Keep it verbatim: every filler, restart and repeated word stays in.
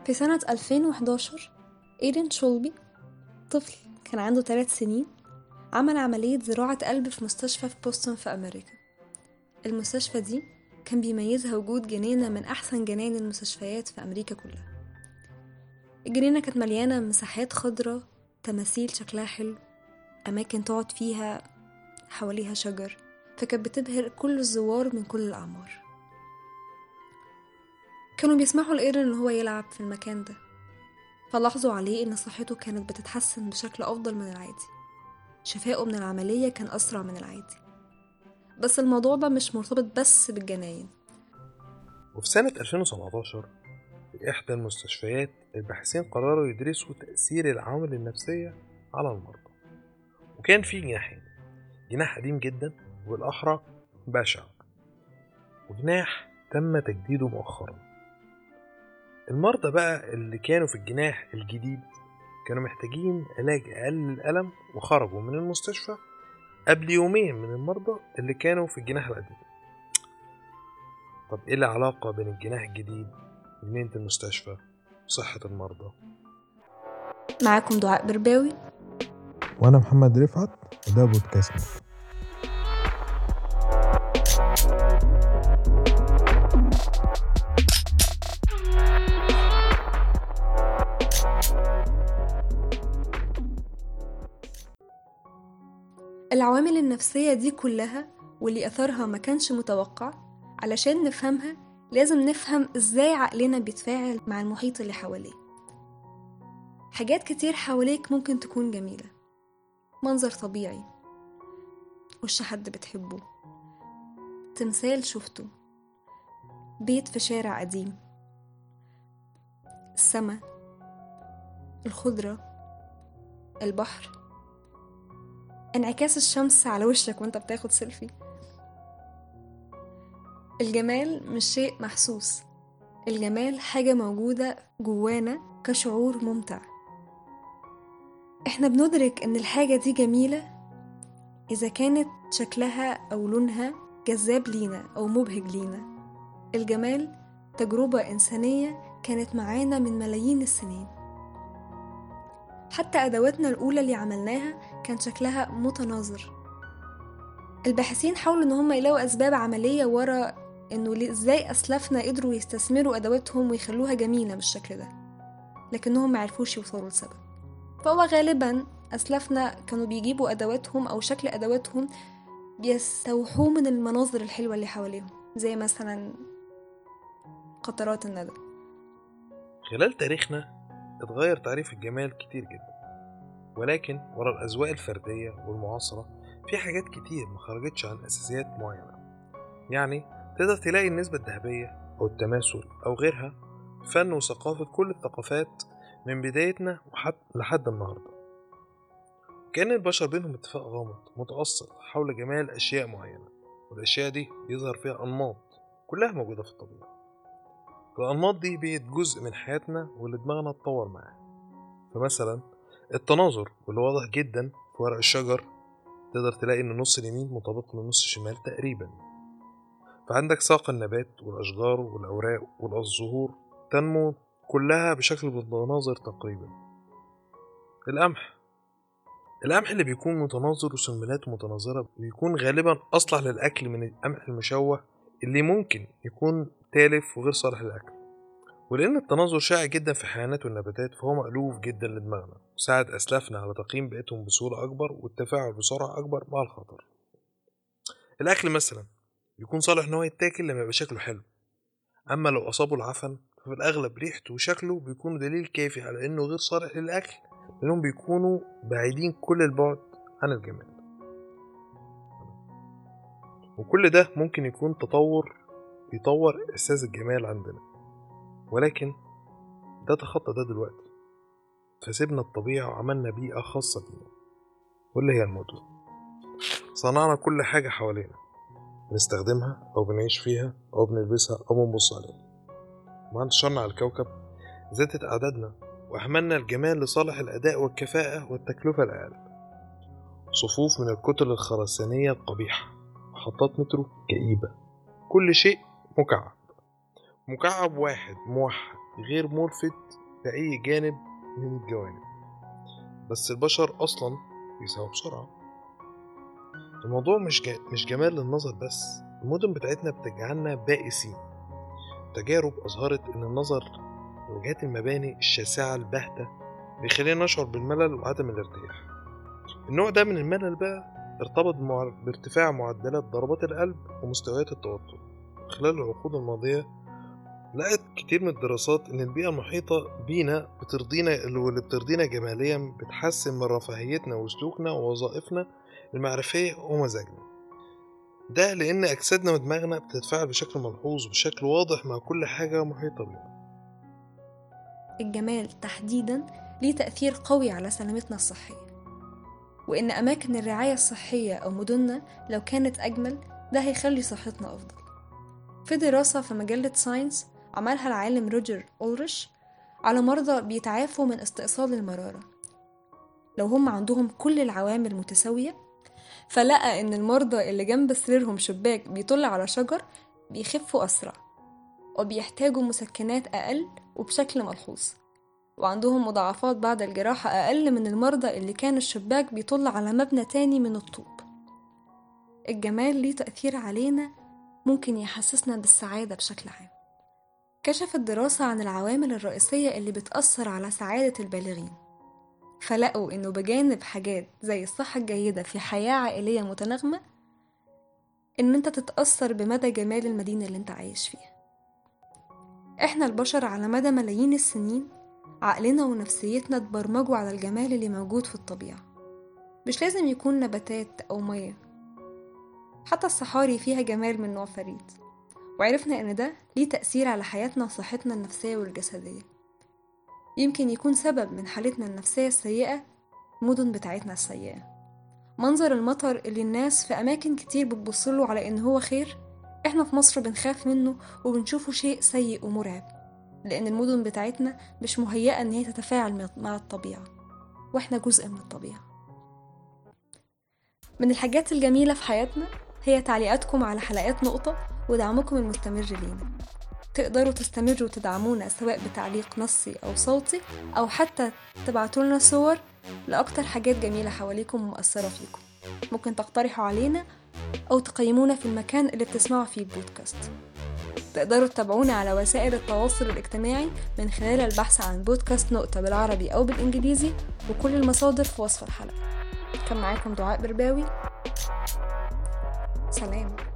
في سنة ألفين وحداشر إيدن شولبي، طفل كان عنده ثلاث سنين، عمل عملية زراعة قلب في مستشفى في بوسطن في أمريكا. المستشفى دي كان بيميزها وجود جنينة من أحسن جناين المستشفيات في أمريكا كلها. الجنينة كانت مليانة مساحات خضراء، تماثيل شكلها حلو، أماكن تقعد فيها حواليها شجر، فكانت بتبهر كل الزوار من كل الأعمار. كانوا بيسمحوا لإيرن إن هو يلعب في المكان ده، فلاحظوا عليه إن صحته كانت بتتحسن بشكل أفضل من العادي، شفائه من العملية كان أسرع من العادي. بس الموضوع ده مش مرتبط بس بالجناين. وفي سنة ألفين وسبعتاشر في إحدى المستشفيات الباحثين قرروا يدرسوا تأثير العوامل النفسية على المرضى، وكان في جناحين، جناح قديم جدا والآخر بشع، وجناح تم تجديده مؤخرا. المرضى بقى اللي كانوا في الجناح الجديد كانوا محتاجين علاج أقل للألم وخرجوا من المستشفى قبل يومين من المرضى اللي كانوا في الجناح القديم. طب إيه العلاقة بين الجناح الجديد وجنينة المستشفى وصحة المرضى؟ معاكم دعاء برباوي وأنا محمد رفعت، وده بودكاستنا. العوامل النفسية دي كلها واللي أثرها ما كانش متوقع، علشان نفهمها لازم نفهم إزاي عقلنا بيتفاعل مع المحيط اللي حواليه. حاجات كتير حواليك ممكن تكون جميلة، منظر طبيعي، وش حد بتحبه، تمثال شفته، بيت في شارع قديم، السما، الخضرة، البحر، انعكاس الشمس على وشك وانت بتاخد سيلفي. الجمال مش شيء محسوس، الجمال حاجة موجودة جوانا كشعور ممتع. احنا بندرك ان الحاجة دي جميلة إذا كانت شكلها أو لونها جذاب لينا أو مبهج لينا. الجمال تجربة إنسانية كانت معانا من ملايين السنين. حتى أدواتنا الأولى اللي عملناها كان شكلها متناظر. الباحثين حاولوا إن هم يلاقوا أسباب عملية ورا إنه إزاي أسلافنا قدروا يستثمروا أدواتهم ويخلوها جميلة بالشكل ده، لكنهم معرفوش يوصلوا لسبب. فهو غالبا أسلافنا كانوا بيجيبوا أدواتهم أو شكل أدواتهم بيستوحوا من المناظر الحلوة اللي حواليهم، زي مثلا قطرات الندى. خلال تاريخنا اتغير تعريف الجمال كتير جدا، ولكن ورا الأذواق الفردية والمعاصرة في حاجات كتير ما خرجتش عن أساسيات معينة. يعني تقدر تلاقي النسبة الذهبية أو التماثل أو غيرها فن وثقافة كل الثقافات من بدايتنا لحد النهاردة. كان البشر بينهم اتفاق غامض متأصل حول جمال أشياء معينة، والأشياء دي يظهر فيها أنماط كلها موجودة في الطبيعة. الأنماط دي بقت جزء من حياتنا واللي دماغنا اتطور معاه. فمثلا التناظر واللي واضح جدا في ورق الشجر، تقدر تلاقي ان النص اليمين مطابق للنص الشمال تقريبا. فعندك ساق النبات والأشجار والأوراق والزهور تنمو كلها بشكل متناظر تقريبا. القمح القمح اللي بيكون متناظر وسنبلاته متناظرة بيكون غالبا أصلح للأكل من القمح المشوه اللي ممكن يكون تالف وغير صالح للأكل. ولأن التناظر شائع جدا في الحيوانات والنباتات فهو مألوف جدا لدماغنا، وساعد أسلافنا على تقييم بيئتهم بصورة أكبر والتفاعل بسرعة أكبر مع الخطر. الأكل مثلا بيكون صالح إن هو يتاكل لما يبقى شكله حلو، أما لو أصابه العفن ففي الأغلب ريحته وشكله بيكونوا دليل كافي على إنه غير صالح للأكل، لأنهم بيكونوا بعيدين كل البعد عن الجمال. وكل ده ممكن يكون تطور يطور إحساس الجمال عندنا، ولكن ده تخطى ده دلوقتي، فسيبنا الطبيعة وعملنا بيئة خاصة بينا واللي هي المدن. صنعنا كل حاجة حوالينا بنستخدمها أو بنعيش فيها أو بنلبسها أو بنبص عليها. مع انتشارنا على الكوكب زادت أعدادنا وأهملنا الجمال لصالح الأداء والكفاءة والتكلفة الأقل. صفوف من الكتل الخرسانية القبيحة، محطات مترو كئيبة، كل شيء مكعب مكعب واحد موحد غير ملفت في أي جانب من الجوانب، بس البشر أصلا بيساووا بسرعة. الموضوع مش جا... مش جمال للنظر بس، المدن بتاعتنا بتجعلنا بائسين. تجارب أظهرت إن النظر لوجهات المباني الشاسعة الباهتة بيخلينا نشعر بالملل وعدم الارتياح. النوع ده من الملل بقى ارتبط بمع... بارتفاع معدلات ضربات القلب ومستويات التوتر. خلال العقود الماضية لقت كتير من الدراسات إن البيئة المحيطة بينا بترضينا واللي بترضينا جماليا بتحسن من رفاهيتنا وسلوكنا ووظائفنا المعرفية ومزاجنا. ده لأن أجسادنا ودماغنا بتتفاعل بشكل ملحوظ بشكل واضح مع كل حاجة محيطة بينا. الجمال تحديدا ليه تأثير قوي على سلامتنا الصحية، وإن أماكن الرعاية الصحية أو مدننا لو كانت أجمل ده هيخلي صحتنا أفضل. في دراسة في مجلة ساينس عملها العالم روجر أولريش على مرضى بيتعافوا من استئصال المرارة لو هم عندهم كل العوامل متساوية، فلقى إن المرضى اللي جنب سريرهم شباك بيطل على شجر بيخفوا أسرع وبيحتاجوا مسكنات أقل وبشكل ملحوظ، وعندهم مضاعفات بعد الجراحة أقل من المرضى اللي كان الشباك بيطل على مبنى تاني من الطوب. الجمال ليه تأثير علينا ممكن يحسسنا بالسعادة بشكل عام. كشفت دراسة عن العوامل الرئيسية اللي بتأثر على سعادة البالغين، فلقوا إنه بجانب حاجات زي الصحة الجيدة في حياة عائلية متناغمة، إن أنت تتأثر بمدى جمال المدينة اللي أنت عايش فيها. إحنا البشر على مدى ملايين السنين عقلنا ونفسيتنا اتبرمجوا على الجمال اللي موجود في الطبيعة، مش لازم يكون نباتات أو مية، حتى الصحاري فيها جمال من نوع فريد، وعرفنا إن ده ليه تأثير على حياتنا وصحتنا النفسية والجسدية. يمكن يكون سبب من حالتنا النفسية السيئة المدن بتاعتنا السيئة. منظر المطر اللي الناس في أماكن كتير بتبصله على إن هو خير، إحنا في مصر بنخاف منه وبنشوفه شيء سيء ومرعب، لأن المدن بتاعتنا مش مهيئة إن هي تتفاعل مع الطبيعة، وإحنا جزء من الطبيعة. من الحاجات الجميلة في حياتنا هي تعليقاتكم على حلقات نقطة ودعمكم المستمر لينا. تقدروا تستمروا تدعمونا سواء بتعليق نصي أو صوتي، أو حتى تبعتولنا صور لأكتر حاجات جميلة حواليكم ومؤثرة فيكم. ممكن تقترحوا علينا أو تقيمونا في المكان اللي بتسمعوا فيه البودكاست. تقدروا تتابعونا على وسائل التواصل الاجتماعي من خلال البحث عن بودكاست نقطة بالعربي أو بالإنجليزي، وكل المصادر في وصف الحلقة. كان معاكم دعاء برباوي، سلام.